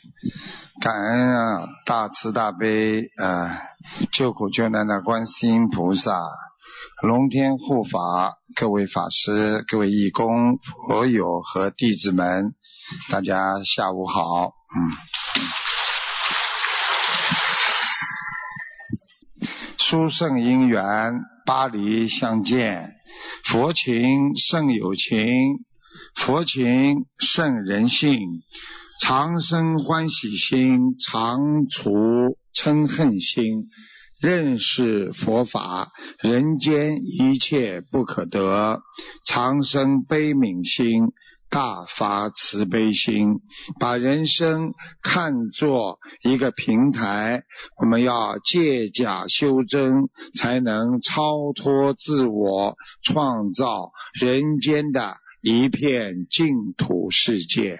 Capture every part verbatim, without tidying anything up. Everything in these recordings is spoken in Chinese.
感恩啊，大慈大悲啊，救苦救难的观世音菩萨，龙天护法，各位法师、各位义工、佛友和弟子们，大家下午好。嗯，殊胜因缘，巴黎相见，佛情胜有情，佛情胜人性。常生欢喜心，常除嗔恨心。认识佛法，人间一切不可得。常生悲悯心，大发慈悲心。把人生看作一个平台，我们要借假修真，才能超脱自我，创造人间的一片净土世界。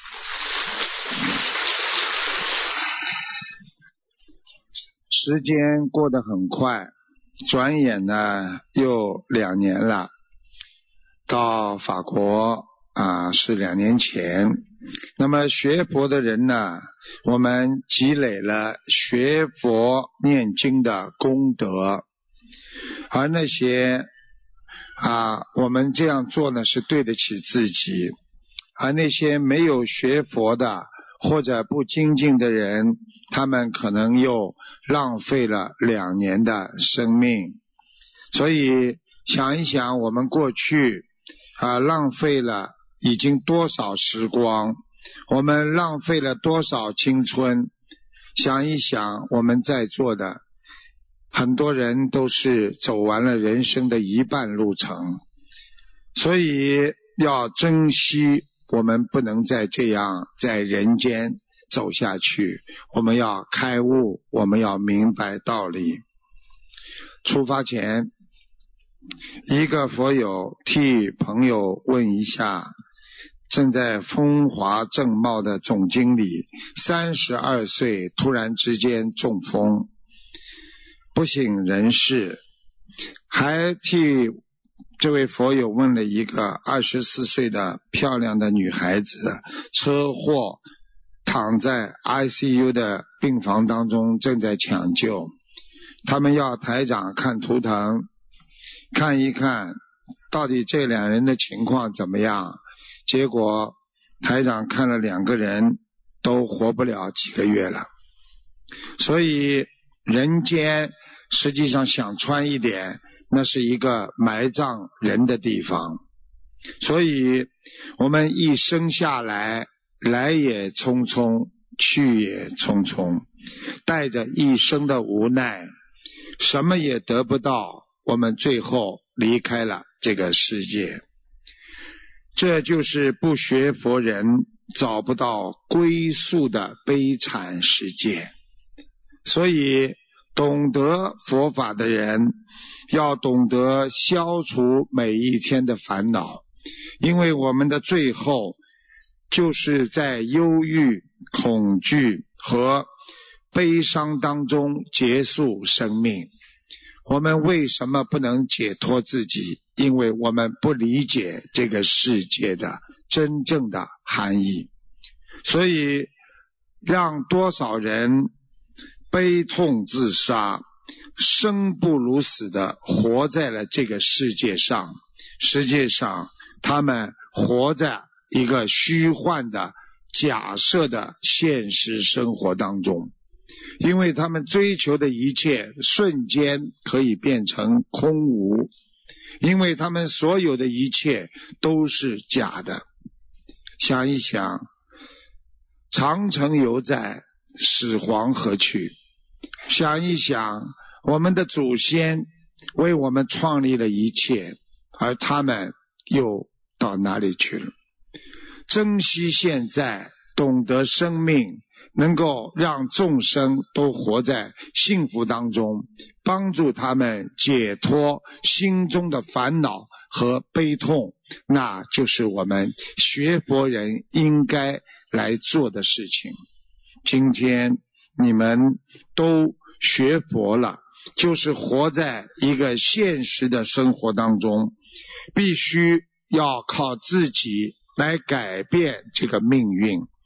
时间过得很快，转眼呢又两年了。到法国啊是两年前。那么学佛的人呢，我们积累了学佛念经的功德，而那些啊我们这样做呢是对得起自己，而那些没有学佛的或者不精进的人，他们可能又浪费了两年的生命。所以想一想，我们过去啊浪费了已经多少时光，我们浪费了多少青春。想一想，我们在座的很多人都是走完了人生的一半路程，所以要珍惜，我们不能再这样在人间走下去，我们要开悟，我们要明白道理。出发前，一个佛友替朋友问一下，正在风华正茂的总经理三十二岁突然之间中风不省人事，还替这位佛友问了一个二十四岁的漂亮的女孩子，车祸躺在 I C U 的病房当中，正在抢救。他们要台长看图腾，看一看到底这两人的情况怎么样。结果台长看了两个人都活不了几个月了。所以人间实际上想穿一点，那是一个埋葬人的地方。所以我们一生下来，来也匆匆，去也匆匆，带着一生的无奈，什么也得不到，我们最后离开了这个世界。这就是不学佛人找不到归宿的悲惨世界。所以懂得佛法的人要懂得消除每一天的烦恼，因为我们的最后就是在忧郁、恐惧和悲伤当中结束生命。我们为什么不能解脱自己？因为我们不理解这个世界的真正的含义。所以让多少人悲痛自杀，生不如死的活在了这个世界上，实际上他们活在一个虚幻的假设的现实生活当中，因为他们追求的一切瞬间可以变成空无，因为他们所有的一切都是假的。想一想，长城犹在，始皇何去？想一想，我们的祖先为我们创立了一切，而他们又到哪里去了？珍惜现在，懂得生命，能够让众生都活在幸福当中，帮助他们解脱心中的烦恼和悲痛，那就是我们学佛人应该来做的事情。今天你们都学佛了，就是活在一个现实的生活当中，必须要靠自己来改变这个命运。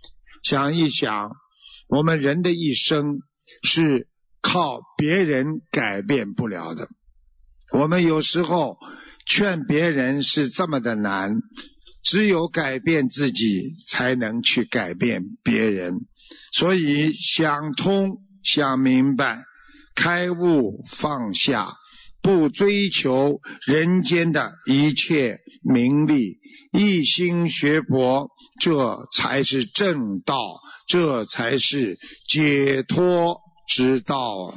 想一想，我们人的一生是靠别人改变不了的。我们有时候劝别人是这么的难，只有改变自己才能去改变别人。所以想通想明白，开悟放下，不追求人间的一切名利，一心学佛，这才是正道，这才是解脱之道。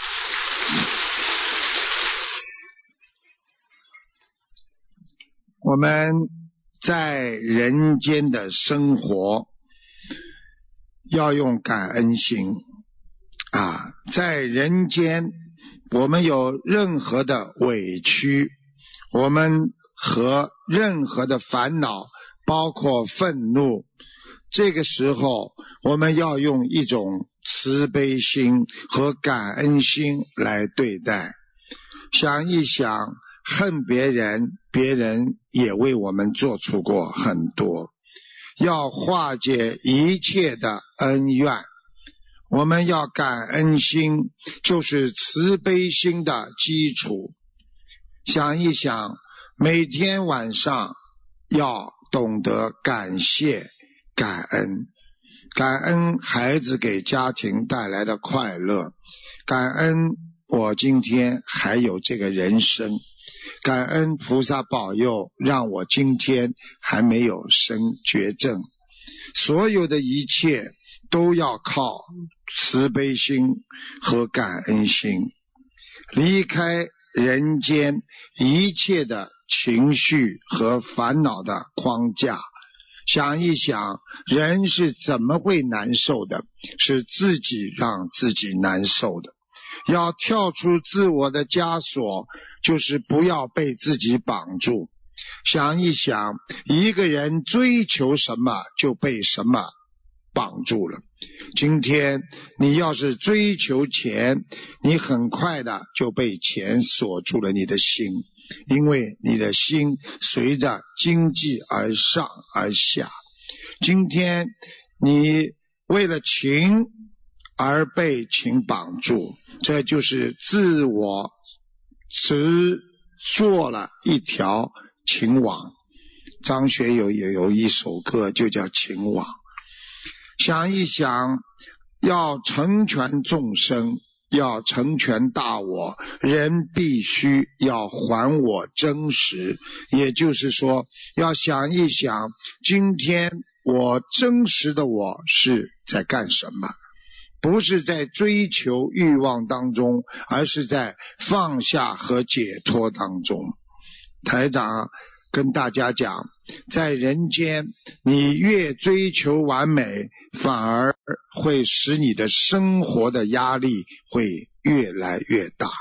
我们在人间的生活要用感恩心啊，在人间我们有任何的委屈，我们和任何的烦恼，包括愤怒，这个时候我们要用一种慈悲心和感恩心来对待。想一想，恨别人，别人也为我们做出过很多，要化解一切的恩怨。我们要感恩心，就是慈悲心的基础。想一想，每天晚上要懂得感谢感恩，感恩孩子给家庭带来的快乐，感恩我今天还有这个人生，感恩菩萨保佑让我今天还没有生绝症。所有的一切都要靠慈悲心和感恩心，离开人间一切的情绪和烦恼的框架。想一想，人是怎么会难受的？是自己让自己难受的。要跳出自我的枷锁，就是不要被自己绑住。想一想，一个人追求什么就被什么绑住了。今天你要是追求钱，你很快的就被钱锁住了你的心，因为你的心随着经济而上而下。今天你为了情而被情绑住，这就是自我只做了一条情网。张学友也有一首歌就叫情网。想一想，要成全众生，要成全大我，人必须要还我真实。也就是说，要想一想，今天我真实的我是在干什么？不是在追求欲望当中，而是在放下和解脱当中。台长跟大家讲，在人间你越追求完美，反而会使你的生活的压力会越来越大。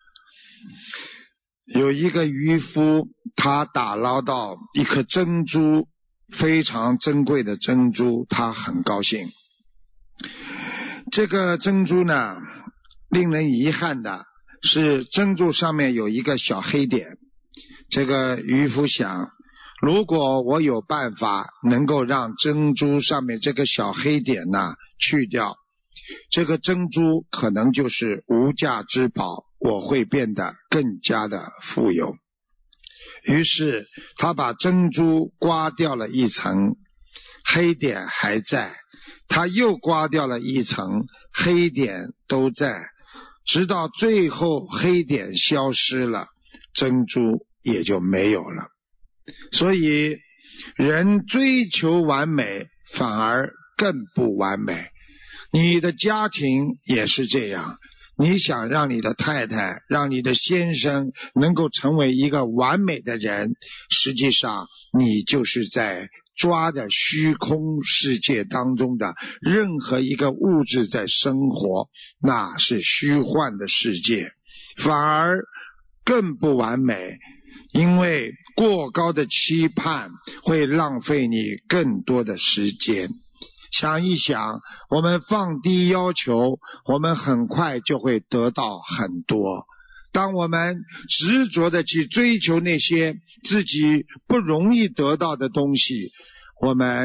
有一个渔夫，他打捞到一颗珍珠，非常珍贵的珍珠，他很高兴。这个珍珠呢，令人遗憾的是珍珠上面有一个小黑点。这个渔夫想，如果我有办法能够让珍珠上面这个小黑点呢去掉，这个珍珠可能就是无价之宝，我会变得更加的富有。于是他把珍珠刮掉了一层，黑点还在，他又刮掉了一层，黑点都在，直到最后黑点消失了，珍珠也就没有了。所以人追求完美，反而更不完美。你的家庭也是这样，你想让你的太太，让你的先生能够成为一个完美的人，实际上你就是在抓着虚空世界当中的任何一个物质在生活，那是虚幻的世界，反而更不完美。因为过高的期盼会浪费你更多的时间。想一想，我们放低要求，我们很快就会得到很多。当我们执着的去追求那些自己不容易得到的东西，我们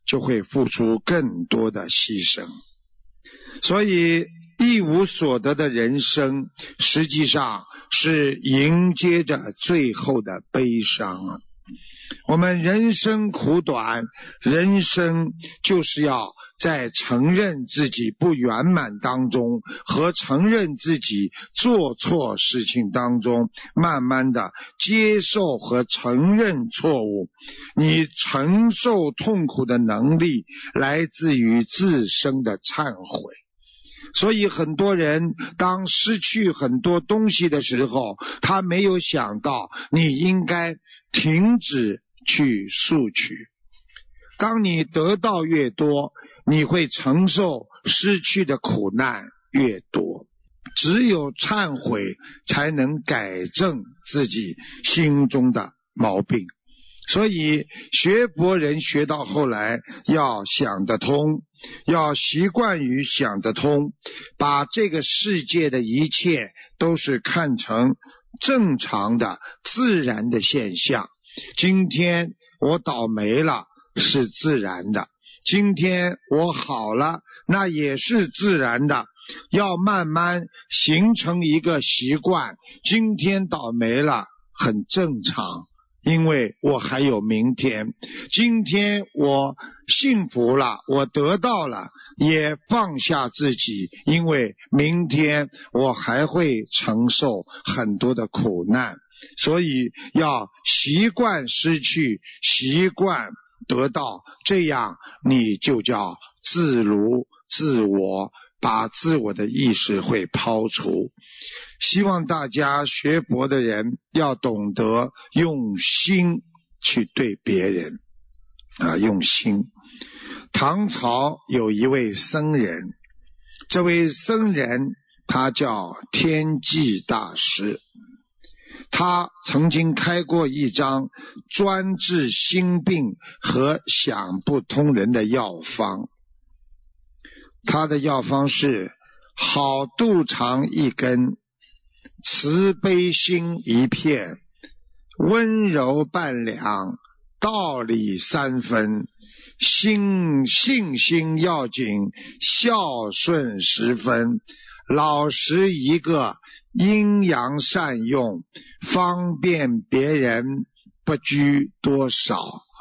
就会付出更多的牺牲。所以一无所得的人生，实际上是迎接着最后的悲伤啊！我们人生苦短，人生就是要在承认自己不圆满当中和承认自己做错事情当中，慢慢的接受和承认错误。你承受痛苦的能力来自于自身的忏悔。所以很多人当失去很多东西的时候，他没有想到你应该停止去索取。当你得到越多，你会承受失去的苦难越多。只有忏悔才能改正自己心中的毛病。所以学佛人学到后来要想得通，要习惯于想得通，把这个世界的一切都是看成正常的自然的现象。今天我倒霉了是自然的，今天我好了那也是自然的，要慢慢形成一个习惯，今天倒霉了很正常，因为我还有明天。今天我幸福了，我得到了，也放下自己，因为明天我还会承受很多的苦难。所以要习惯失去，习惯得到，这样你就叫自如自我，把自我的意识会抛除。希望大家学佛的人要懂得用心去对别人啊，用心。唐朝有一位僧人，这位僧人他叫天济大师，他曾经开过一张专治心病和想不通人的药方。他的药方是好肚肠一根，慈悲心一片，温柔半两，道理三分，心信心要紧，孝顺十分，老实一个，阴阳善用，方便别人，不拘多少。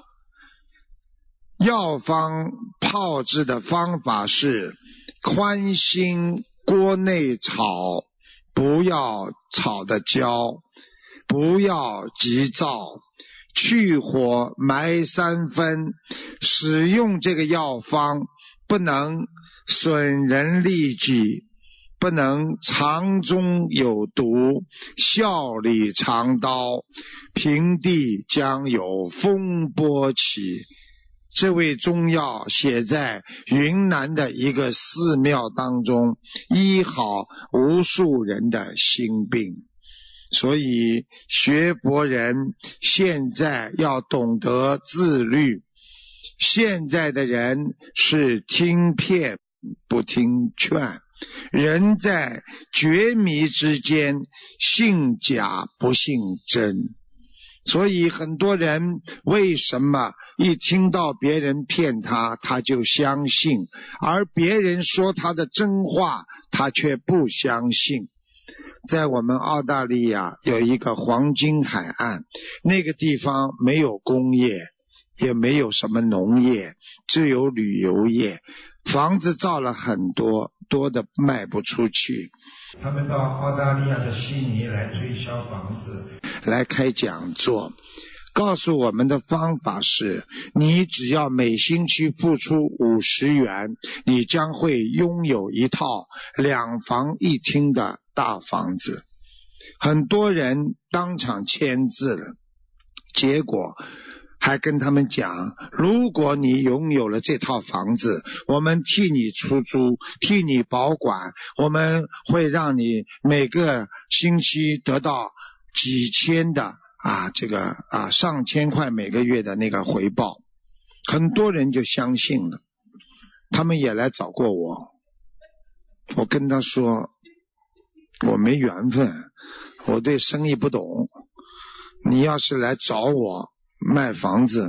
药方泡制的方法是宽心锅内炒，不要炒得焦，不要急躁，去火埋三分。使用这个药方不能损人利己，不能肠中有毒，笑里藏刀，平地将有风波起。这味中药写在云南的一个寺庙当中，医好无数人的心病。所以学佛人现在要懂得自律。现在的人是听骗不听劝，人在觉迷之间，信假不信真。所以很多人为什么一听到别人骗他，他就相信，而别人说他的真话，他却不相信。在我们澳大利亚有一个黄金海岸，那个地方没有工业，也没有什么农业，只有旅游业，房子造了很多，多的卖不出去。他们到澳大利亚的悉尼来推销房子，来开讲座，告诉我们的方法是，你只要每星期付出五十元，你将会拥有一套两房一厅的大房子。很多人当场签字了，结果还跟他们讲，如果你拥有了这套房子，我们替你出租，替你保管，我们会让你每个星期得到几千的啊，这个啊上千块每个月的那个回报。很多人就相信了，他们也来找过我，我跟他说我没缘分，我对生意不懂，你要是来找我卖房子，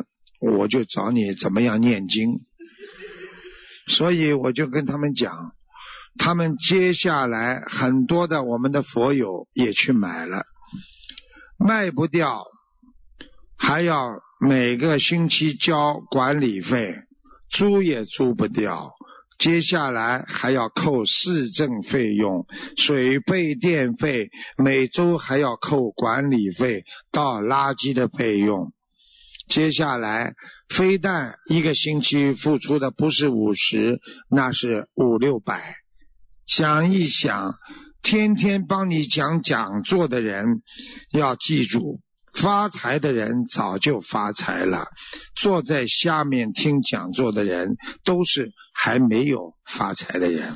我就找你怎么样念经。所以我就跟他们讲，他们接下来很多的我们的佛友也去买了，卖不掉还要每个星期交管理费，租也租不掉，接下来还要扣市政费用，水费电费，每周还要扣管理费，倒垃圾的费用。接下来非但一个星期付出的不是五十，那是五六百。想一想，天天帮你讲讲座的人，要记住，发财的人早就发财了，坐在下面听讲座的人都是还没有发财的人。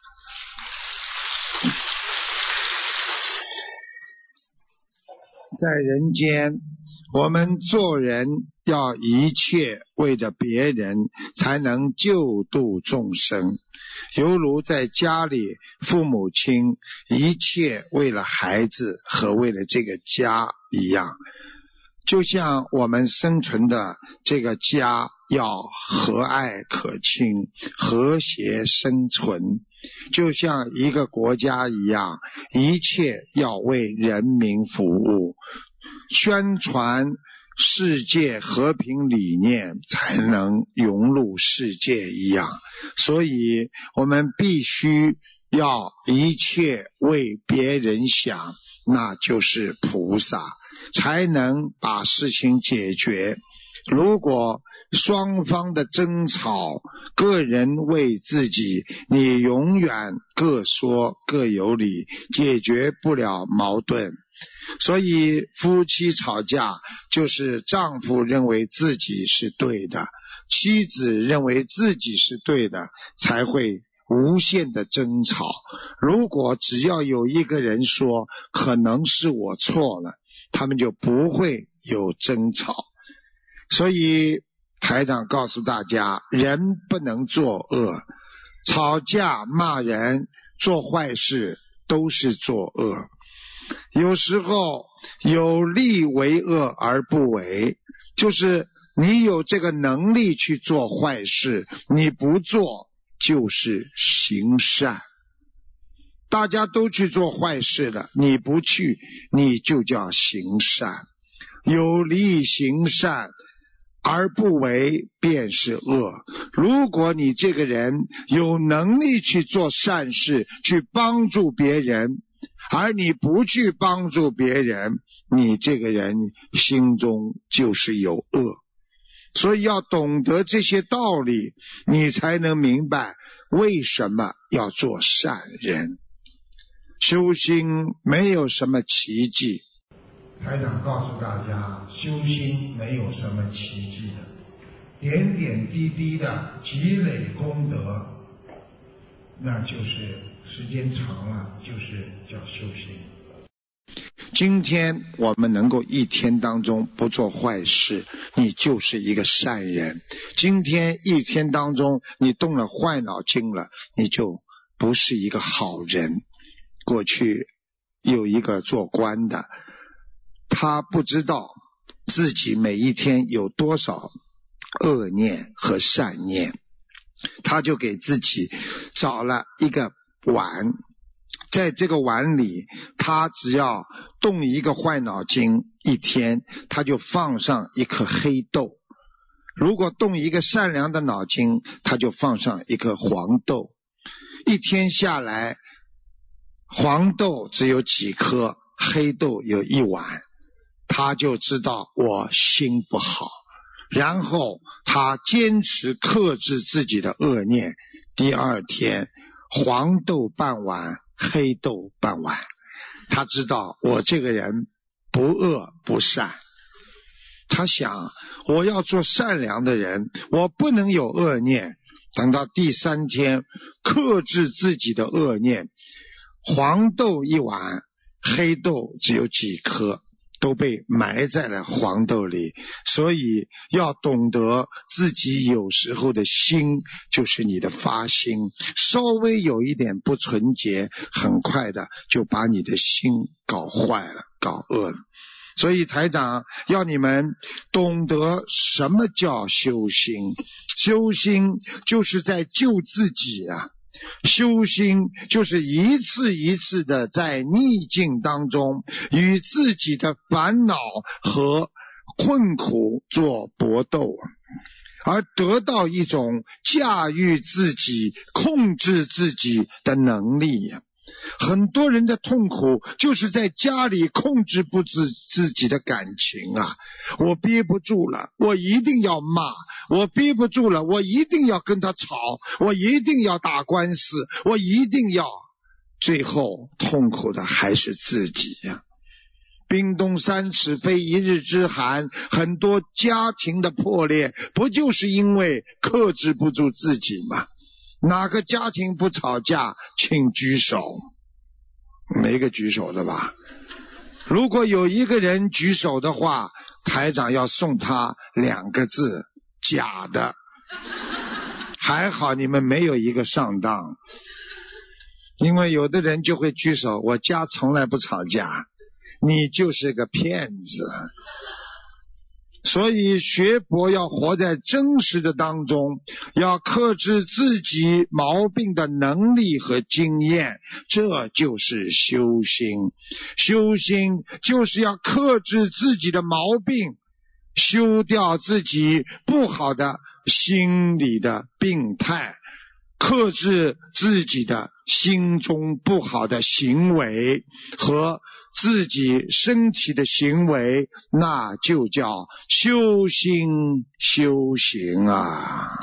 在人间，我们做人要一切为着别人，才能救度众生。犹如在家里，父母亲一切为了孩子和为了这个家一样，就像我们生存的这个家要和蔼可亲，和谐生存，就像一个国家一样，一切要为人民服务，宣传世界和平理念才能融入世界一样。所以我们必须要一切为别人想，那就是菩萨，才能把事情解决。如果双方的争吵，个人为自己，你永远各说各有理，解决不了矛盾。所以夫妻吵架，就是丈夫认为自己是对的，妻子认为自己是对的，才会无限的争吵。如果只要有一个人说可能是我错了，他们就不会有争吵。所以台长告诉大家，人不能作恶，吵架骂人做坏事都是作恶。有时候有力为恶而不为，就是你有这个能力去做坏事，你不做就是行善。大家都去做坏事了，你不去，你就叫行善。有力行善而不为，便是恶。如果你这个人有能力去做善事，去帮助别人，而你不去帮助别人，你这个人心中就是有恶。所以要懂得这些道理，你才能明白为什么要做善人。修心没有什么奇迹，台长告诉大家，修心没有什么奇迹的，点点滴滴的积累功德，那就是时间长了就是叫修心。今天我们能够一天当中不做坏事，你就是一个善人。今天一天当中你动了坏脑筋了，你就不是一个好人。过去有一个做官的，他不知道自己每一天有多少恶念和善念，他就给自己找了一个碗，在这个碗里他只要动一个坏脑筋，一天他就放上一颗黑豆，如果动一个善良的脑筋，他就放上一颗黄豆。一天下来，黄豆只有几颗，黑豆有一碗，他就知道我心不好，然后他坚持克制自己的恶念。第二天黄豆半碗，黑豆半碗，他知道我这个人不恶不善。他想，我要做善良的人，我不能有恶念。等到第三天克制自己的恶念，黄豆一碗，黑豆只有几颗，都被埋在了黄豆里。所以要懂得自己有时候的心就是你的发心，稍微有一点不纯洁，很快的就把你的心搞坏了，搞恶了。 所以台长要你们懂得什么叫修心。修心就是在救自己啊，修心就是一次一次的在逆境当中与自己的烦恼和困苦做搏斗，而得到一种驾驭自己控制自己的能力。很多人的痛苦就是在家里控制不住自己的感情啊！我憋不住了，我一定要骂；我憋不住了，我一定要跟他吵；我一定要打官司；我一定要……最后痛苦的还是自己呀！冰冻三尺非一日之寒，很多家庭的破裂不就是因为克制不住自己吗？哪个家庭不吵架？请举手。没个举手的吧？如果有一个人举手的话，台长要送他两个字：假的。还好你们没有一个上当，因为有的人就会举手，我家从来不吵架，你就是个骗子。所以学佛要活在真实的当中，要克制自己毛病的能力和经验，这就是修心。修心就是要克制自己的毛病，修掉自己不好的心理的病态，克制自己的心中不好的行为和自己身体的行为，那就叫修心修行啊！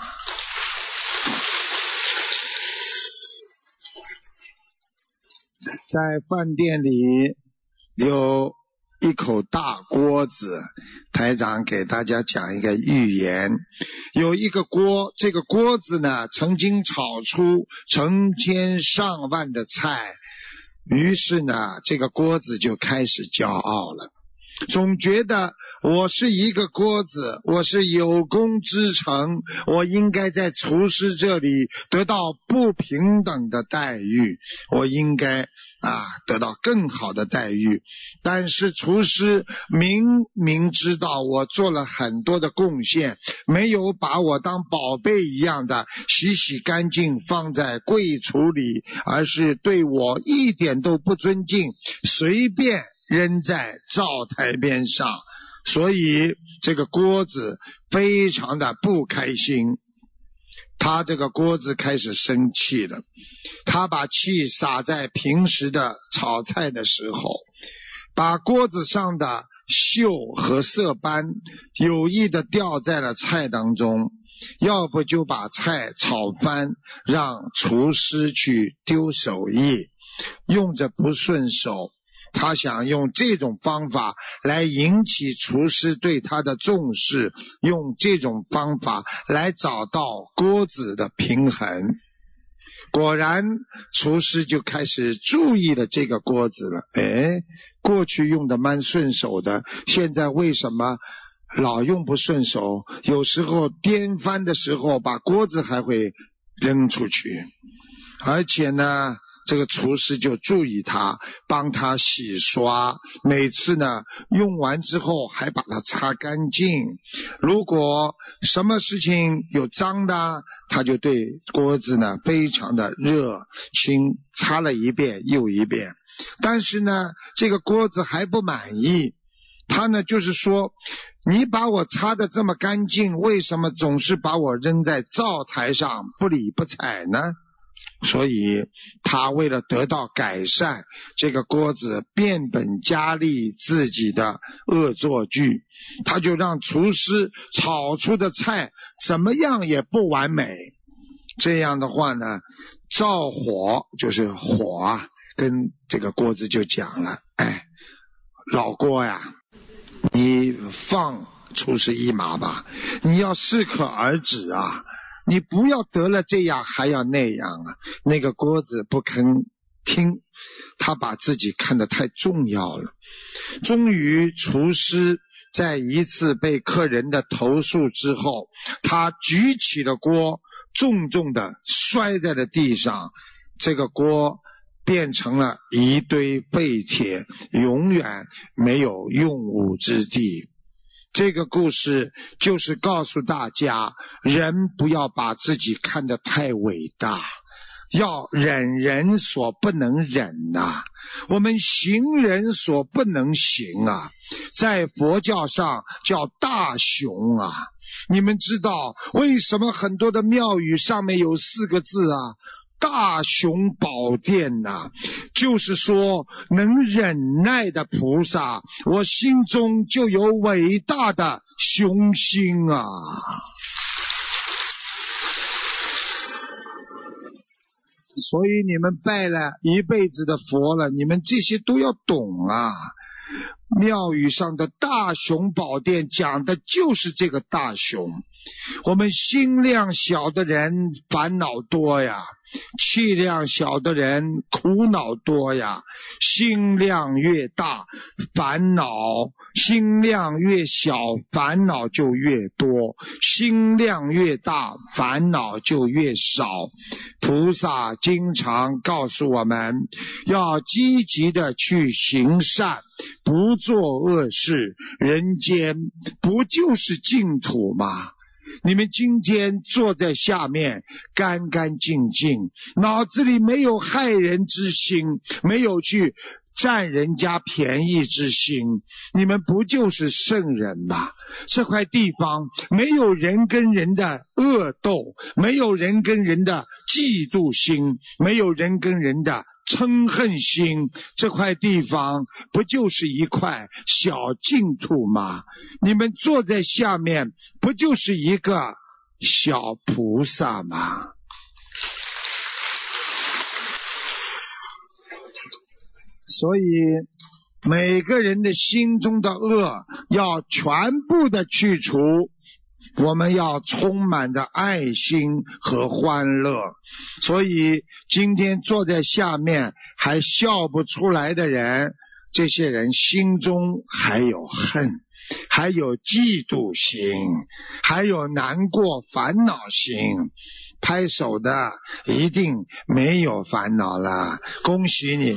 在饭店里有一口大锅子，台长给大家讲一个寓言。有一个锅，这个锅子呢，曾经炒出成千上万的菜，于是呢，这个锅子就开始骄傲了，总觉得我是一个锅子，我是有功之臣，我应该在厨师这里得到不平等的待遇，我应该啊得到更好的待遇。但是厨师明明知道我做了很多的贡献，没有把我当宝贝一样的洗洗干净放在柜橱里，而是对我一点都不尊敬，随便扔在灶台边上，所以这个锅子非常的不开心。他这个锅子开始生气了，他把气洒在平时的炒菜的时候，把锅子上的锈和色斑有意的掉在了菜当中，要不就把菜炒翻，让厨师去丢手艺，用着不顺手。他想用这种方法来引起厨师对他的重视，用这种方法来找到锅子的平衡。果然厨师就开始注意了这个锅子了，诶，过去用的蛮顺手的，现在为什么老用不顺手？有时候颠翻的时候把锅子还会扔出去，而且呢这个厨师就注意他，帮他洗刷，每次呢用完之后还把它擦干净。如果什么事情有脏的，他就对锅子呢非常的热情，擦了一遍又一遍。但是呢这个锅子还不满意，他呢就是说，你把我擦得这么干净，为什么总是把我扔在灶台上不理不睬呢？所以他为了得到改善，这个锅子变本加厉自己的恶作剧，他就让厨师炒出的菜怎么样也不完美。这样的话呢，灶火就是火啊，跟这个锅子就讲了，哎，老锅呀，你放厨师一马吧，你要适可而止啊，你不要得了这样还要那样啊。那个锅子不肯听，他把自己看得太重要了。终于厨师在一次被客人的投诉之后，他举起了锅，重重的摔在了地上，这个锅变成了一堆废铁，永远没有用武之地。这个故事就是告诉大家，人不要把自己看得太伟大，要忍人所不能忍呐、啊，我们行人所不能行啊，在佛教上叫大雄啊。你们知道为什么很多的庙宇上面有四个字啊？大雄宝殿呐、啊，就是说能忍耐的菩萨，我心中就有伟大的雄心啊。所以你们拜了一辈子的佛了，你们这些都要懂啊。庙宇上的大雄宝殿讲的就是这个大雄。我们心量小的人烦恼多呀，气量小的人苦恼多呀。心量越大，烦恼心量越小，烦恼就越多，心量越大，烦恼就越少。菩萨经常告诉我们，要积极的去行善，不做恶事，人间不就是净土吗？你们今天坐在下面干干净净，脑子里没有害人之心，没有去占人家便宜之心，你们不就是圣人吗？这块地方没有人跟人的恶斗，没有人跟人的嫉妒心，没有人跟人的嗔恨心，这块地方不就是一块小净土吗？你们坐在下面不就是一个小菩萨吗？所以每个人的心中的恶要全部的去除，我们要充满着爱心和欢乐。所以今天坐在下面还笑不出来的人，这些人心中还有恨，还有嫉妒心，还有难过烦恼心。拍手的一定没有烦恼了，恭喜你。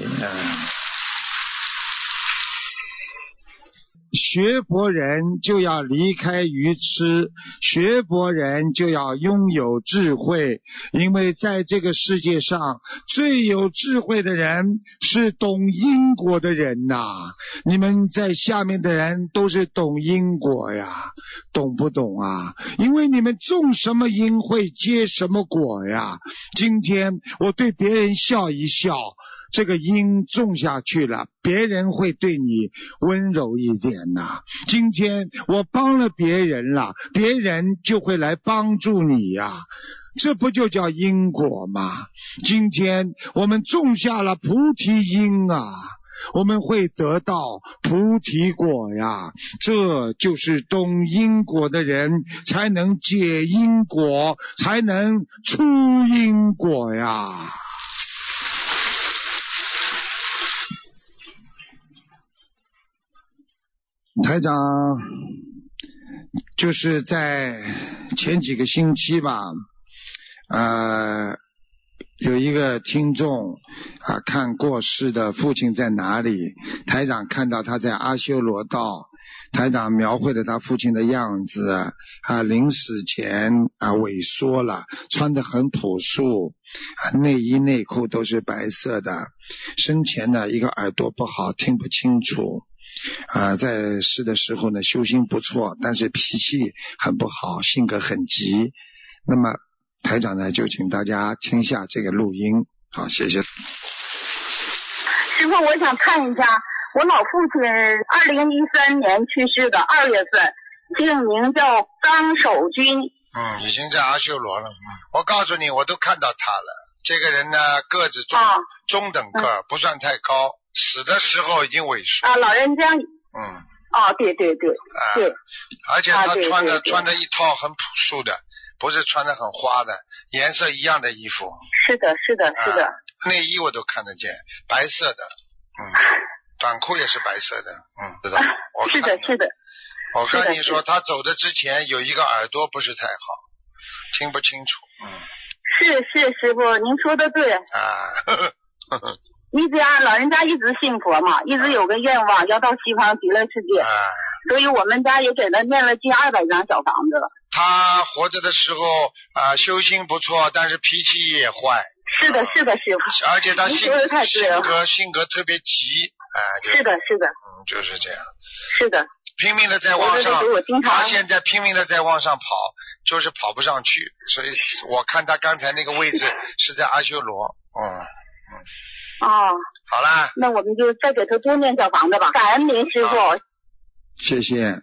学佛人就要离开愚痴，学佛人就要拥有智慧，因为在这个世界上最有智慧的人是懂因果的人呐、啊。你们在下面的人都是懂因果呀，懂不懂啊？因为你们种什么因会结什么果呀。今天我对别人笑一笑，这个因种下去了，别人会对你温柔一点呐、啊。今天我帮了别人了，别人就会来帮助你呀、啊，这不就叫因果吗？今天我们种下了菩提因啊，我们会得到菩提果呀。这就是懂因果的人才能解因果，才能出因果呀。台长就是在前几个星期吧，呃，有一个听众啊，看过世的父亲在哪里，台长看到他在阿修罗道，台长描绘了他父亲的样子啊，临死前啊萎缩了，穿得很朴素啊，内衣内裤都是白色的，生前呢一个耳朵不好，听不清楚啊，在世的时候呢修行不错，但是脾气很不好，性格很急。那么台长呢就请大家听下这个录音。好，谢谢。 师父，我想看一下我老父亲二零一三年去世的二月份，姓名叫张守军。 嗯，已经在阿修罗了。嗯，我告诉你，我都看到他了。这个人呢个子中、啊、中等个、嗯，不算太高，死的时候已经萎缩。 啊，老人家。 嗯。 哦，对对对。啊、对。 而且他穿的、 啊、对对对穿的一套很朴素的，不是穿的很花的，颜色一样的衣服。 是的，是的，是的。 啊、内衣我都看得见，白色的。嗯。短裤也是白色的。嗯，知道。我看是的，是的。 我跟你说，他走的之前有一个耳朵不是太好，听不清楚。嗯。 是是，师傅，您说的对。 啊。呵呵呵一家老人家一直信佛嘛，一直有个愿望要到西方极乐世界， 啊， 所以我们家也给他念了近二百张小房子了。 他活着的时候啊、呃，修心不错，但是脾气也坏。 是的，是的，师傅。 而且他性您说的太对了性格性格特别急，哎、就是的，是的， 嗯，就是这样。 是的。 拼命的在往上， 我经常他现在拼命的在往上跑，就是跑不上去，所以我看他刚才那个位置是在阿修罗，嗯嗯。 哦。 好啦。 那我们就再给他多念小房子吧。感恩您师傅。 谢谢。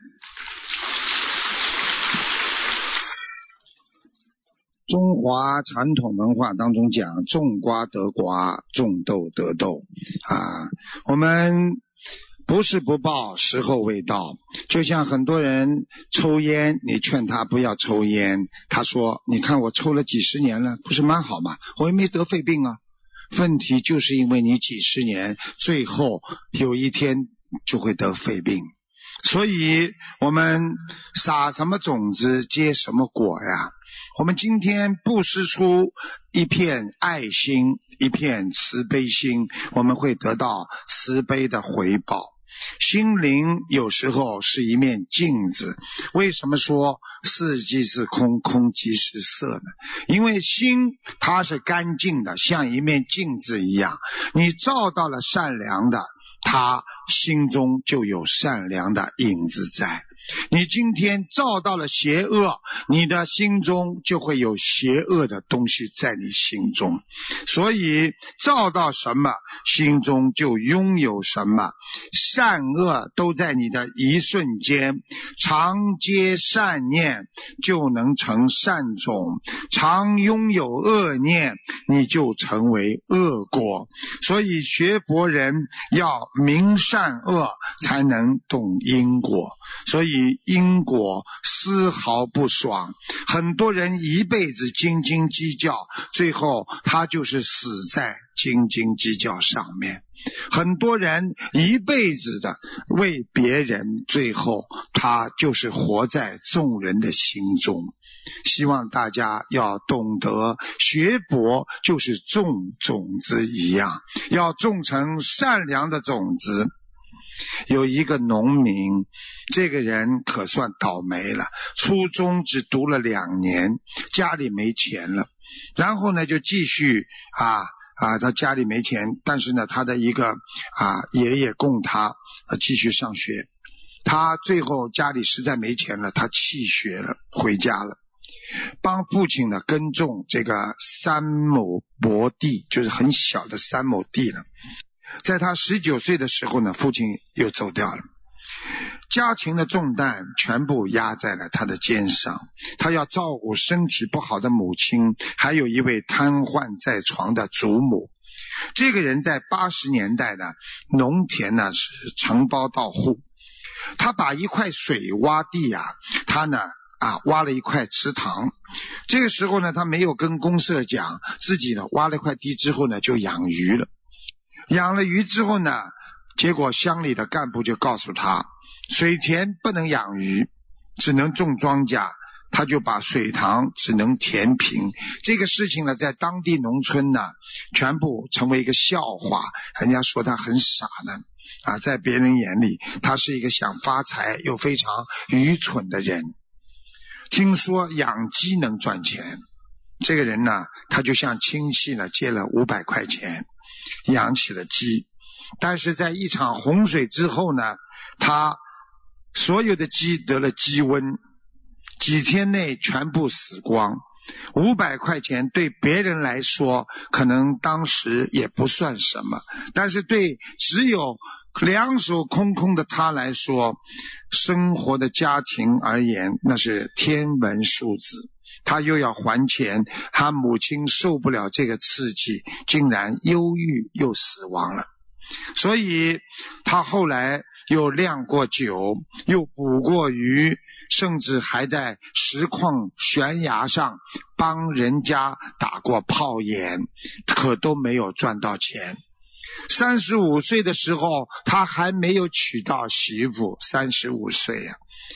中华传统文化当中讲，种瓜得瓜，种豆得豆啊，我们不是不报，时候未到。就像很多人抽烟，你劝他不要抽烟，他说你看我抽了几十年了，不是蛮好吗？我也没得肺病啊。问题就是因为你几十年，最后有一天就会得肺病。所以我们撒什么种子结什么果呀。我们今天布施出一片爱心，一片慈悲心，我们会得到慈悲的回报。心灵有时候是一面镜子，为什么说色即是空，空即是色呢？因为心它是干净的，像一面镜子一样，你照到了善良的，他心中就有善良的影子在。你今天照到了邪恶，你的心中就会有邪恶的东西在你心中。所以照到什么，心中就拥有什么。善恶都在你的一瞬间，常结善念就能成善种，常拥有恶念你就成为恶果。所以学佛人要明善恶，才能懂因果。所以因果丝毫不爽，很多人一辈子斤斤计较，最后他就是死在斤斤计较上面。很多人一辈子的为别人，最后他就是活在众人的心中。希望大家要懂得，学佛就是种种子一样，要种成善良的种子。有一个农民，这个人可算倒霉了，初中只读了两年，家里没钱了，然后呢就继续啊啊，他家里没钱，但是呢他的一个啊爷爷供他、啊、继续上学。他最后家里实在没钱了，他弃学了，回家了，帮父亲呢耕种这个三亩薄地，就是很小的三亩地了。在他十九岁的时候呢，父亲又走掉了，家庭的重担全部压在了他的肩上。他要照顾身体不好的母亲，还有一位瘫痪在床的祖母。这个人在八十年代呢，农田呢是承包到户，他把一块水洼地啊，他呢啊挖了一块池塘。这个时候呢，他没有跟公社讲，自己呢挖了一块地之后呢就养鱼了。养了鱼之后呢，结果乡里的干部就告诉他，水田不能养鱼，只能种庄稼，他就把水塘只能填平。这个事情呢，在当地农村呢，全部成为一个笑话，人家说他很傻呢啊，在别人眼里，他是一个想发财又非常愚蠢的人。听说养鸡能赚钱，这个人呢，他就向亲戚呢借了五百块钱，养起了鸡。但是在一场洪水之后呢，他所有的鸡得了鸡瘟，几天内全部死光。五百块钱对别人来说可能当时也不算什么，但是对只有两手空空的他来说，生活的家庭而言，那是天文数字。他又要还钱，他母亲受不了这个刺激，竟然忧郁又死亡了。所以他后来又酿过酒，又捕过鱼，甚至还在石矿悬崖上帮人家打过炮眼，可都没有赚到钱。三十五岁的时候，他还没有娶到媳妇，三十五岁啊。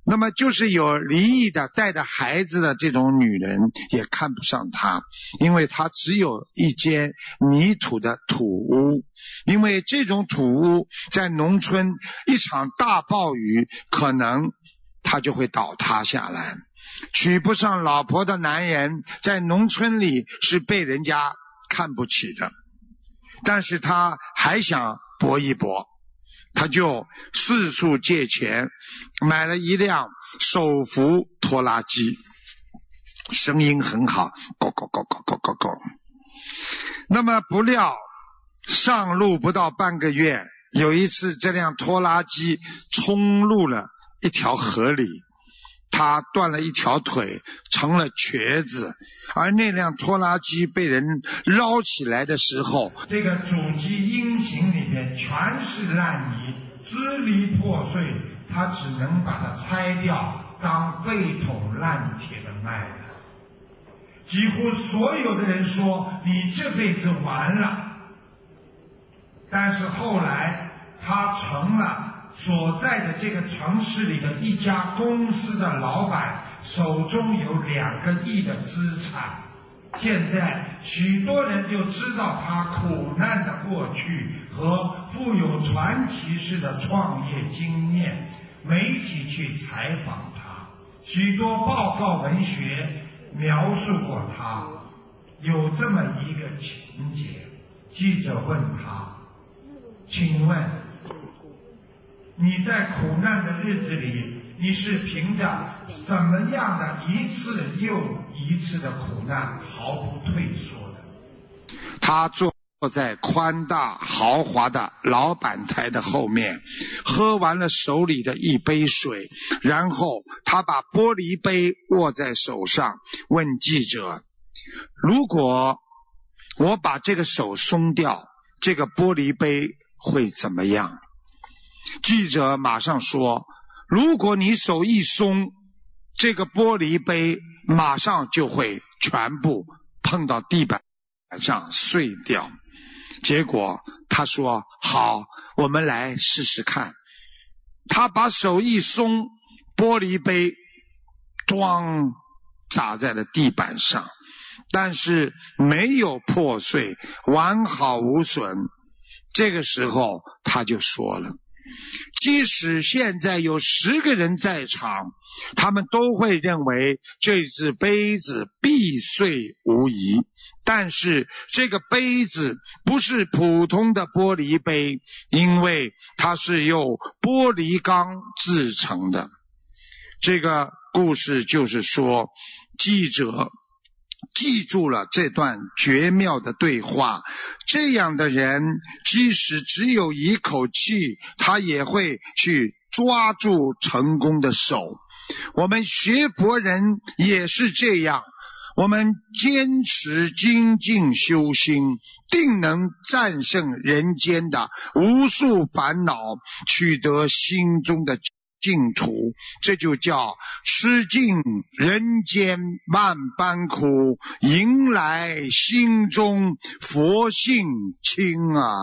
那么就是有离异的带着孩子的这种女人也看不上他，因为他只有一间泥土的土屋，因为这种土屋在农村一场大暴雨可能他就会倒塌下来。娶不上老婆的男人在农村里是被人家看不起的，但是他还想搏一搏，他就四处借钱买了一辆手扶拖拉机，声音很好，咕咕咕咕咕咕咕。那么不料上路不到半个月，有一次这辆拖拉机冲入了一条河里，他断了一条腿，成了瘸子，而那辆拖拉机被人捞起来的时候， 这个主机引擎里面全是烂泥，支离破碎，他只能把它拆掉当废铜烂铁的卖了。几乎所有的人说你这辈子完了，但是后来他成了所在的这个城市里的一家公司的老板，手中有两个亿的资产。现在许多人就知道他苦难的过去和富有传奇式的创业经验，媒体去采访他，许多报告文学描述过他。有这么一个情节，记者问他，请问你在苦难的日子里，你是凭着什么样的一次又一次的苦难毫不退缩的？ 他坐在宽大豪华的老板台的后面，喝完了手里的一杯水，然后他把玻璃杯握在手上，问记者，如果我把这个手松掉，这个玻璃杯会怎么样？记者马上说，如果你手一松，这个玻璃杯马上就会全部碰到地板上碎掉。结果他说，好，我们来试试看。他把手一松，玻璃杯咣砸在了地板上，但是没有破碎，完好无损。这个时候他就说了，即使现在有十个人在场，他们都会认为这只杯子必碎无疑，但是这个杯子不是普通的玻璃杯，因为它是由玻璃钢制成的。这个故事就是说，记者记住了这段绝妙的对话，这样的人即使只有一口气，他也会去抓住成功的手。我们学佛人也是这样，我们坚持精进修心，定能战胜人间的无数烦恼，取得心中的净土，这就叫吃尽人间万般苦，迎来心中佛性清啊！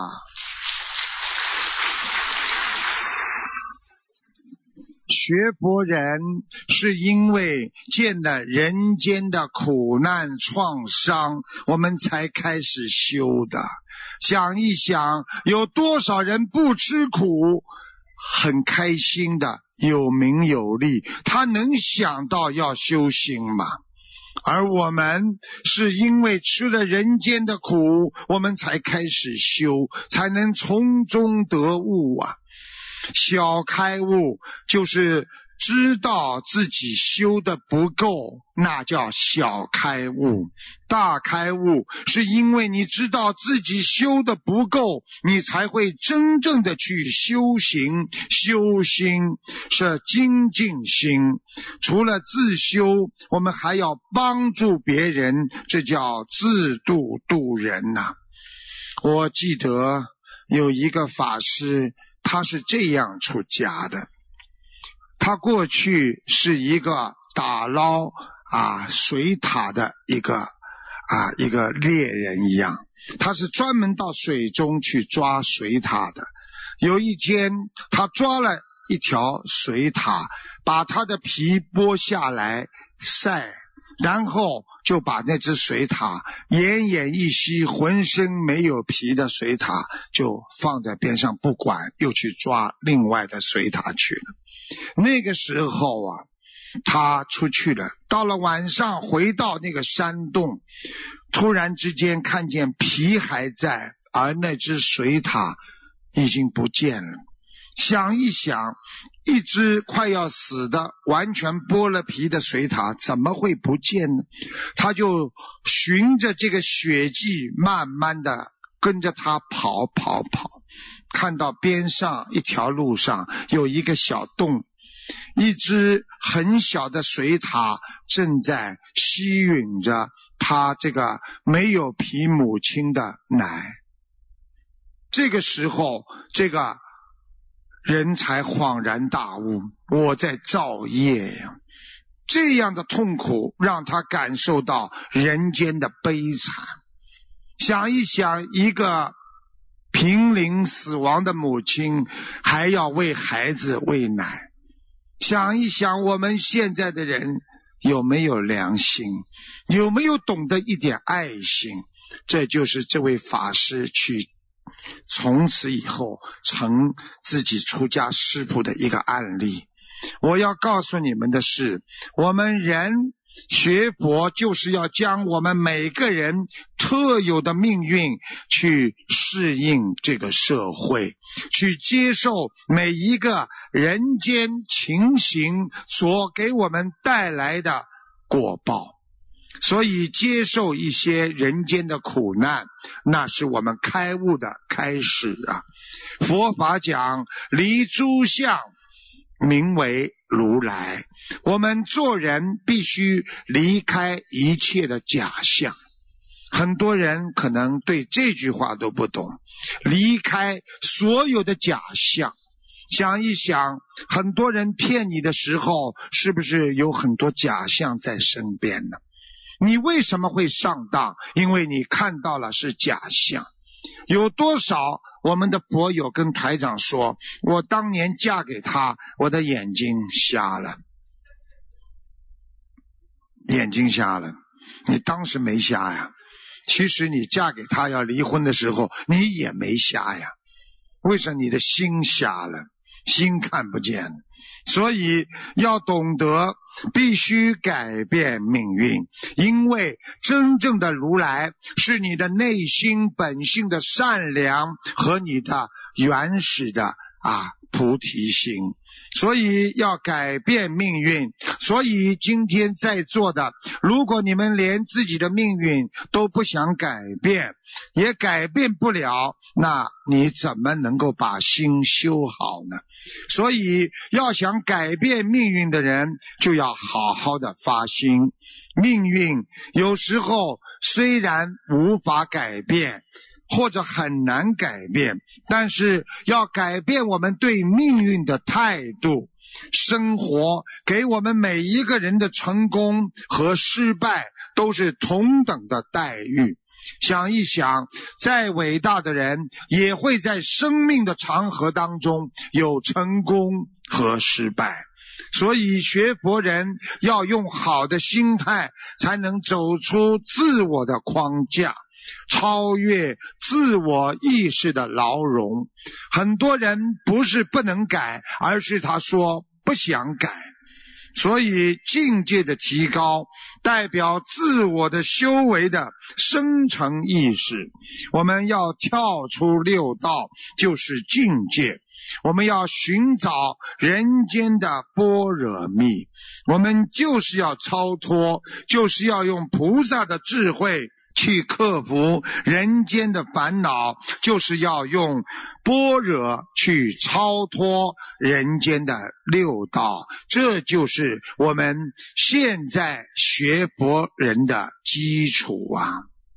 学佛人是因为见了人间的苦难创伤，我们才开始修的。想一想，有多少人不吃苦，很开心的有名有利，他能想到要修行吗？而我们是因为吃了人间的苦，我们才开始修，才能从中得悟啊！小开悟就是知道自己修的不够，那叫小开悟。大开悟是因为你知道自己修的不够，你才会真正的去修行。修心是精进心，除了自修，我们还要帮助别人，这叫自度度人呐、啊。我记得有一个法师，他是这样出家的。他过去是一个打捞啊水獭的一个啊一个猎人一样，他是专门到水中去抓水獭的。有一天他抓了一条水獭， 把它的皮剥下来晒，然后就把那只水獭奄奄一息浑身没有皮的水獭就放在边上不管，又去抓另外的水獭去了。那个时候啊，他出去了，到了晚上回到那个山洞，突然之间看见皮还在，而那只水獭已经不见了。想一想，一只快要死的完全剥了皮的水獭怎么会不见呢？他就循着这个血迹慢慢的跟着他跑跑跑，看到边上一条路上有一个小洞，一只很小的水獭正在吸吮着他这个没有皮母亲的奶。这个时候这个人才恍然大悟，我在造业呀！这样的痛苦让他感受到人间的悲惨。想一想，一个濒临死亡的母亲还要为孩子喂奶，想一想我们现在的人有没有良心，有没有懂得一点爱心？这就是这位法师去从此以后成自己出家师父的一个案例。我要告诉你们的是，我们人学佛就是要将我们每个人特有的命运去适应这个社会，去接受每一个人间情形所给我们带来的果报。所以接受一些人间的苦难，那是我们开悟的开始啊！佛法讲离诸相名为如来，我们做人必须离开一切的假象。很多人可能对这句话都不懂，离开所有的假象。想一想，很多人骗你的时候，是不是有很多假象在身边呢？你为什么会上当？因为你看到了是假象。有多少我们的佛友跟台长说，我当年嫁给他，我的眼睛瞎了，眼睛瞎了。你当时没瞎呀，其实你嫁给他要离婚的时候你也没瞎呀，为什么你的心瞎了？心看不见。所以要懂得必须改变命运，因为真正的如来是你的内心本性的善良和你的原始的啊菩提心，所以要改变命运。所以今天在座的，如果你们连自己的命运都不想改变，也改变不了，那你怎么能够把心修好呢？所以要想改变命运的人，就要好好的发心。命运有时候虽然无法改变，或者很难改变，但是要改变我们对命运的态度。生活给我们每一个人的成功和失败都是同等的待遇。想一想，再伟大的人也会在生命的长河当中有成功和失败。所以学佛人要用好的心态，才能走出自我的框架，超越自我意识的牢笼。很多人不是不能改，而是他说不想改。所以境界的提高代表自我的修为的深层意识。我们要跳出六道，就是境界。我们要寻找人间的般若蜜，我们就是要超脱，就是要用菩萨的智慧去克服人间的烦恼，就是要用般若去超脱人间的六道。这就是我们现在学佛人的基础啊！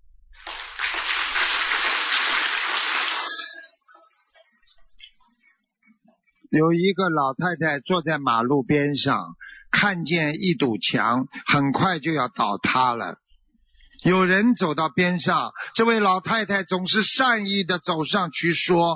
有一个老太太坐在马路边上，看见一堵墙很快就要倒塌了。有人走到边上，这位老太太总是善意的走上去说，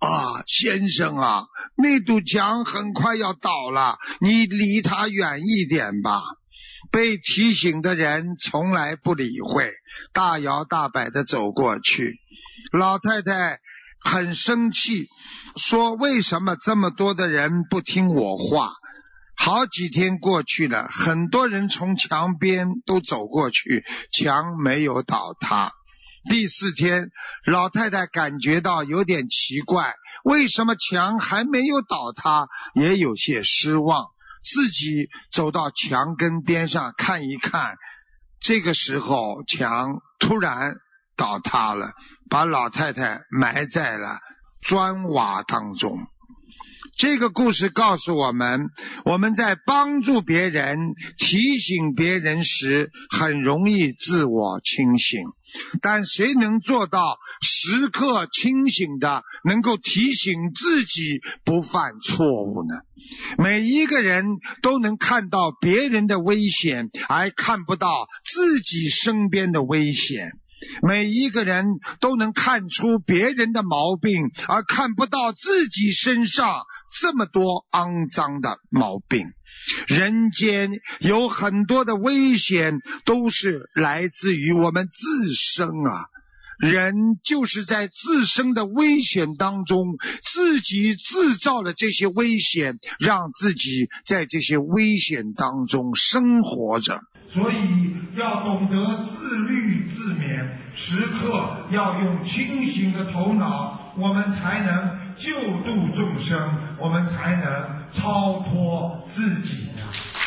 啊，先生啊，那堵墙很快要倒了，你离它远一点吧。被提醒的人从来不理会，大摇大摆地走过去。老太太很生气，说为什么这么多的人不听我话？好几天过去了，很多人从墙边都走过去，墙没有倒塌。第四天，老太太感觉到有点奇怪，为什么墙还没有倒塌，也有些失望，自己走到墙根边上看一看。这个时候墙突然倒塌了，把老太太埋在了砖瓦当中。这个故事告诉我们，我们在帮助别人、提醒别人时很容易自我清醒，但谁能做到时刻清醒的能够提醒自己不犯错误呢？每一个人都能看到别人的危险，而看不到自己身边的危险。每一个人都能看出别人的毛病，而看不到自己身上这么多肮脏的毛病。人间有很多的危险都是来自于我们自身啊，人就是在自身的危险当中自己制造了这些危险，让自己在这些危险当中生活着。 所以要懂得自律自勉，时刻要用清醒的头脑，我们才能救度众生，我们才能超脱自己呀。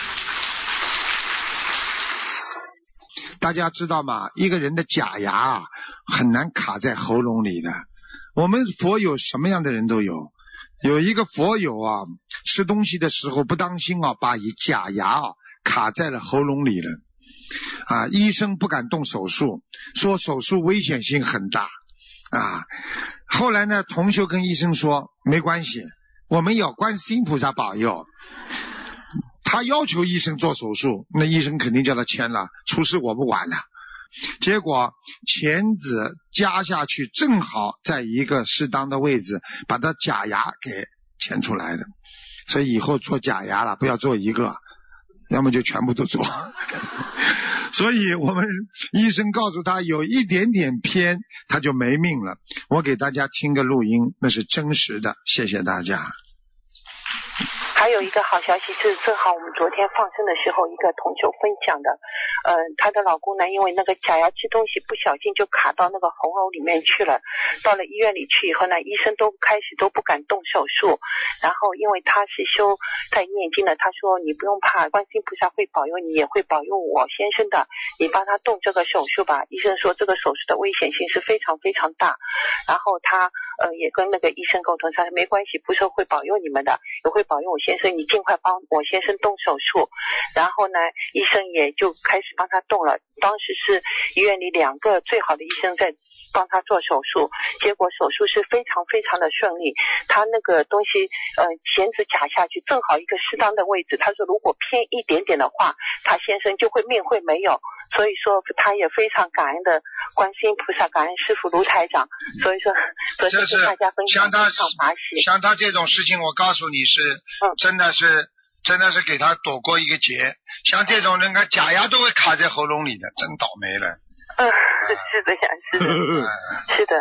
大家知道吗？一个人的假牙啊，很难卡在喉咙里的。我们佛友什么样的人都有。有一个佛友啊，吃东西的时候不当心啊，把假牙啊卡在了喉咙里了。啊，医生不敢动手术，说手术危险性很大。啊，后来呢，同修跟医生说，没关系，我们有观世音菩萨保佑。他要求医生做手术，那医生肯定叫他签了，出事我不管了。结果钳子夹下去，正好在一个适当的位置，把他假牙给钳出来的。所以以后做假牙了，不要做一个，要么就全部都做。所以我们医生告诉他有一点点偏，他就没命了。我给大家听个录音，那是真实的，谢谢大家。 还有一个好消息是，正好我们昨天放生的时候，一个同修分享的，呃，她的老公呢，因为那个假牙吃东西不小心就卡到那个喉咙里面去了，到了医院里去以后呢，医生都开始都不敢动手术，然后因为他是修在念经的，他说你不用怕，观世音菩萨会保佑你，也会保佑我先生的，你帮他动这个手术吧。医生说这个手术的危险性是非常非常大，然后他呃也跟那个医生沟通，他说没关系，菩萨会保佑你们的，也会保佑我先生，你尽快帮我先生动手术。然后呢，医生也就开始帮他动了，当时是医院里两个最好的医生在帮他做手术，结果手术是非常非常的顺利，他那个东西呃钳子夹下去正好一个适当的位置，他说如果偏一点点的话，他先生就会命会没有，所以说他也非常感恩的观世音菩萨，感恩师父卢台长，所以说昨天跟大家分享非常法喜。 像他这种事情，我告诉你是、嗯、真的是真的是给他躲过一个劫。像这种人，他假牙都会卡在喉咙里的，真倒霉了。 嗯，是的呀，是的，是的。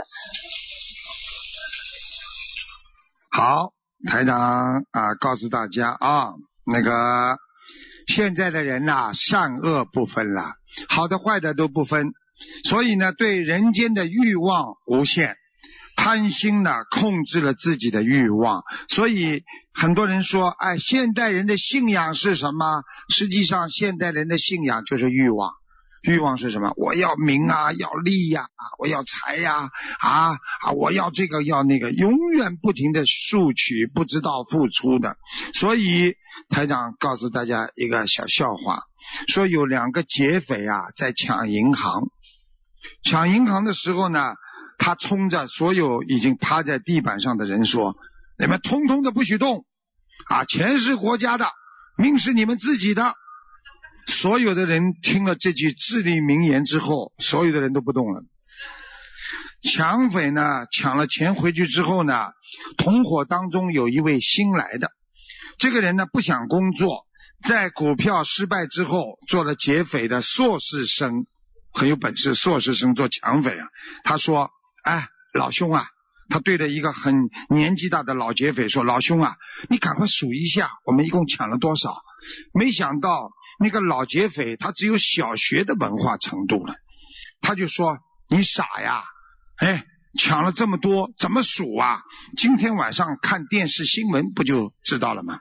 好，台长啊，告诉大家啊，那个现在的人呐、啊，善恶不分了，好的坏的都不分，所以呢，对人间的欲望无限。贪心呢，控制了自己的欲望，所以很多人说，哎，现代人的信仰是什么？实际上，现代人的信仰就是欲望。欲望是什么？我要名啊，要利呀、啊，我要财呀、啊，啊啊，我要这个要那个，永远不停的索取，不知道付出的。所以台长告诉大家一个小笑话，说有两个劫匪啊，在抢银行。抢银行的时候呢，他冲着所有已经趴在地板上的人说，你们通通的不许动啊！钱是国家的，命是你们自己的。所有的人听了这句至理名言之后，所有的人都不动了。 抢匪呢抢了钱回去之后呢，同伙当中有一位新来的，这个人呢不想工作，在股票失败之后做了劫匪的硕士生，很有本事，硕士生做抢匪啊。他说，哎，老兄啊，他对着一个很年纪大的老劫匪说，老兄啊，你赶快数一下我们一共抢了多少。没想到那个老劫匪他只有小学的文化程度了，他就说，你傻呀，哎，抢了这么多怎么数啊？今天晚上看电视新闻不就知道了吗？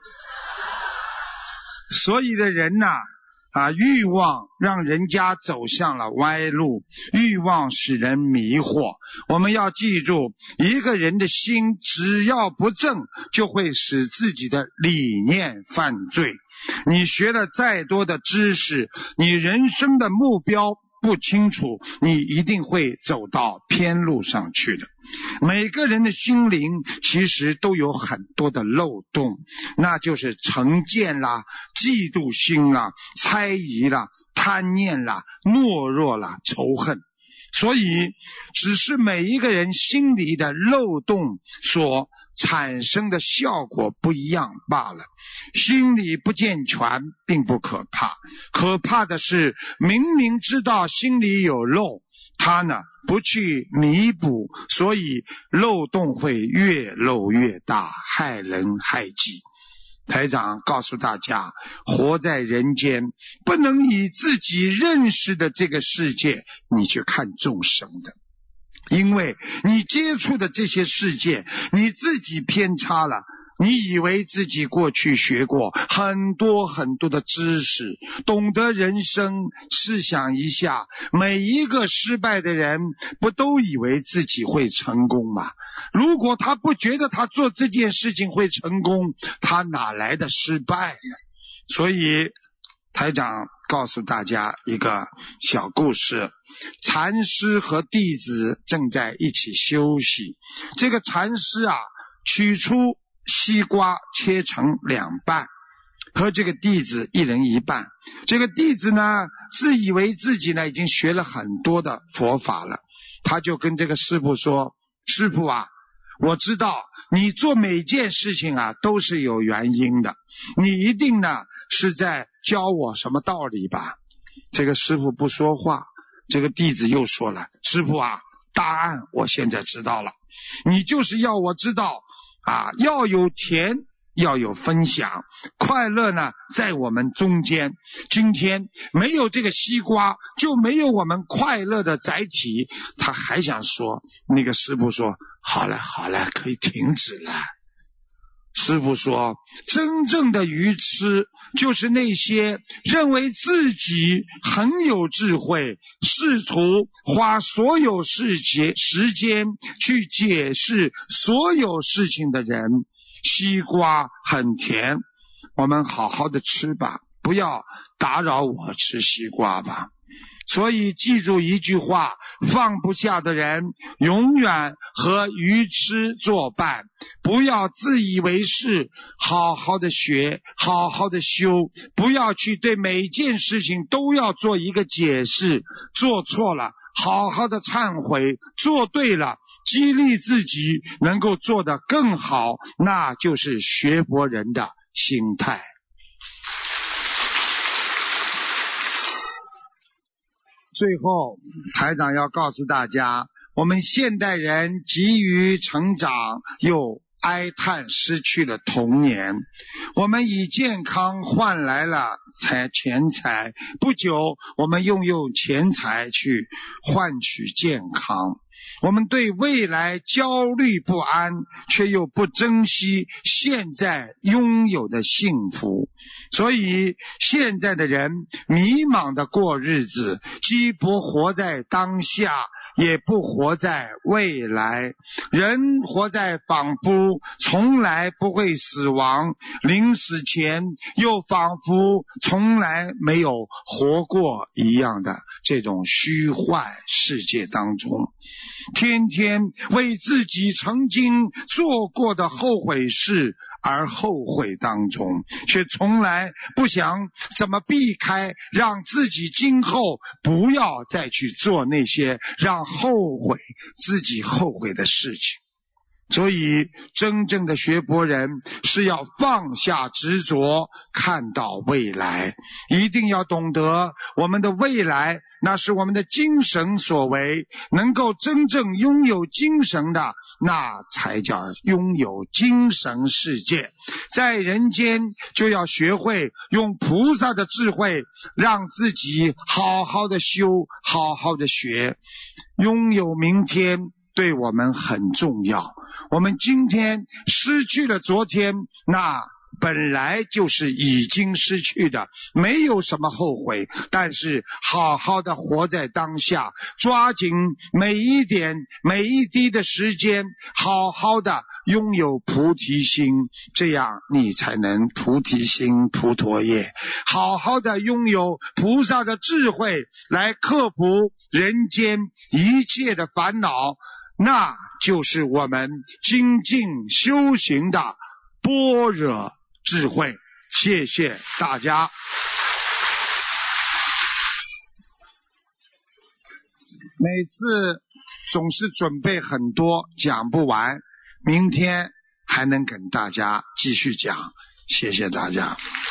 所以的人呐、啊，欲望让人家走向了歪路，欲望使人迷惑。我们要记住，一个人的心只要不正，就会使自己的理念犯罪。你学了再多的知识，你人生的目标不清楚，你一定会走到偏路上去的。每个人的心灵其实都有很多的漏洞，那就是成见啦、嫉妒心啦、猜疑啦、贪念啦、懦弱啦、仇恨。所以只是每一个人心里的漏洞所产生的效果不一样罢了。心理不健全并不可怕，可怕的是明明知道心里有漏，他呢不去弥补，所以漏洞会越漏越大，害人害己。台长告诉大家，活在人间不能以自己认识的这个世界你去看众生的，因为你接触的这些世界你自己偏差了，你以为自己过去学过很多很多的知识，懂得人生，试想一下，每一个失败的人不都以为自己会成功吗？如果他不觉得他做这件事情会成功，他哪来的失败呢？所以台长告诉大家一个小故事，禅师和弟子正在一起休息，这个禅师啊取出西瓜切成两半，和这个弟子一人一半。这个弟子呢自以为自己呢已经学了很多的佛法了，他就跟这个师父说，师父啊，我知道你做每件事情啊都是有原因的，你一定呢是在教我什么道理吧。这个师父不说话，这个弟子又说了，师父啊，答案我现在知道了，你就是要我知道啊，要有钱，要有分享，快乐呢在我们中间。今天没有这个西瓜，就没有我们快乐的载体。他还想说，那个师父说，好了好了，可以停止了。师父说，真正的愚痴就是那些认为自己很有智慧，试图花所有事情时间去解释所有事情的人。西瓜很甜，我们好好的吃吧，不要打扰我吃西瓜吧。所以记住一句话，放不下的人永远和愚痴作伴。不要自以为是，好好的学，好好的修，不要去对每件事情都要做一个解释，做错了好好的忏悔，做对了激励自己能够做得更好，那就是学佛人的心态。最后台长要告诉大家，我们现代人急于成长，又哀叹失去了童年，我们以健康换来了财钱财，不久我们又用钱财去换取健康。我们对未来焦虑不安，却又不珍惜现在拥有的幸福。所以现在的人迷茫的过日子，既不活在当下，也不活在未来。人活在仿佛从来不会死亡，临死前又仿佛从来没有活过一样的这种虚幻世界当中。 天天为自己曾经做过的后悔事而后悔当中，却从来不想怎么避开，让自己今后不要再去做那些让后悔自己后悔的事情。所以真正的学佛人是要放下执着，看到未来，一定要懂得我们的未来那是我们的精神所为，能够真正拥有精神的，那才叫拥有精神世界。在人间就要学会用菩萨的智慧，让自己好好的修，好好的学，拥有明天对我们很重要。我们今天失去了昨天，那本来就是已经失去的，没有什么后悔，但是好好的活在当下，抓紧每一点每一滴的时间，好好的拥有菩提心，这样你才能菩提心菩陀业，好好的拥有菩萨的智慧来克服人间一切的烦恼，那就是我们精进修行的般若智慧。谢谢大家。每次总是准备很多，讲不完，明天还能跟大家继续讲，谢谢大家。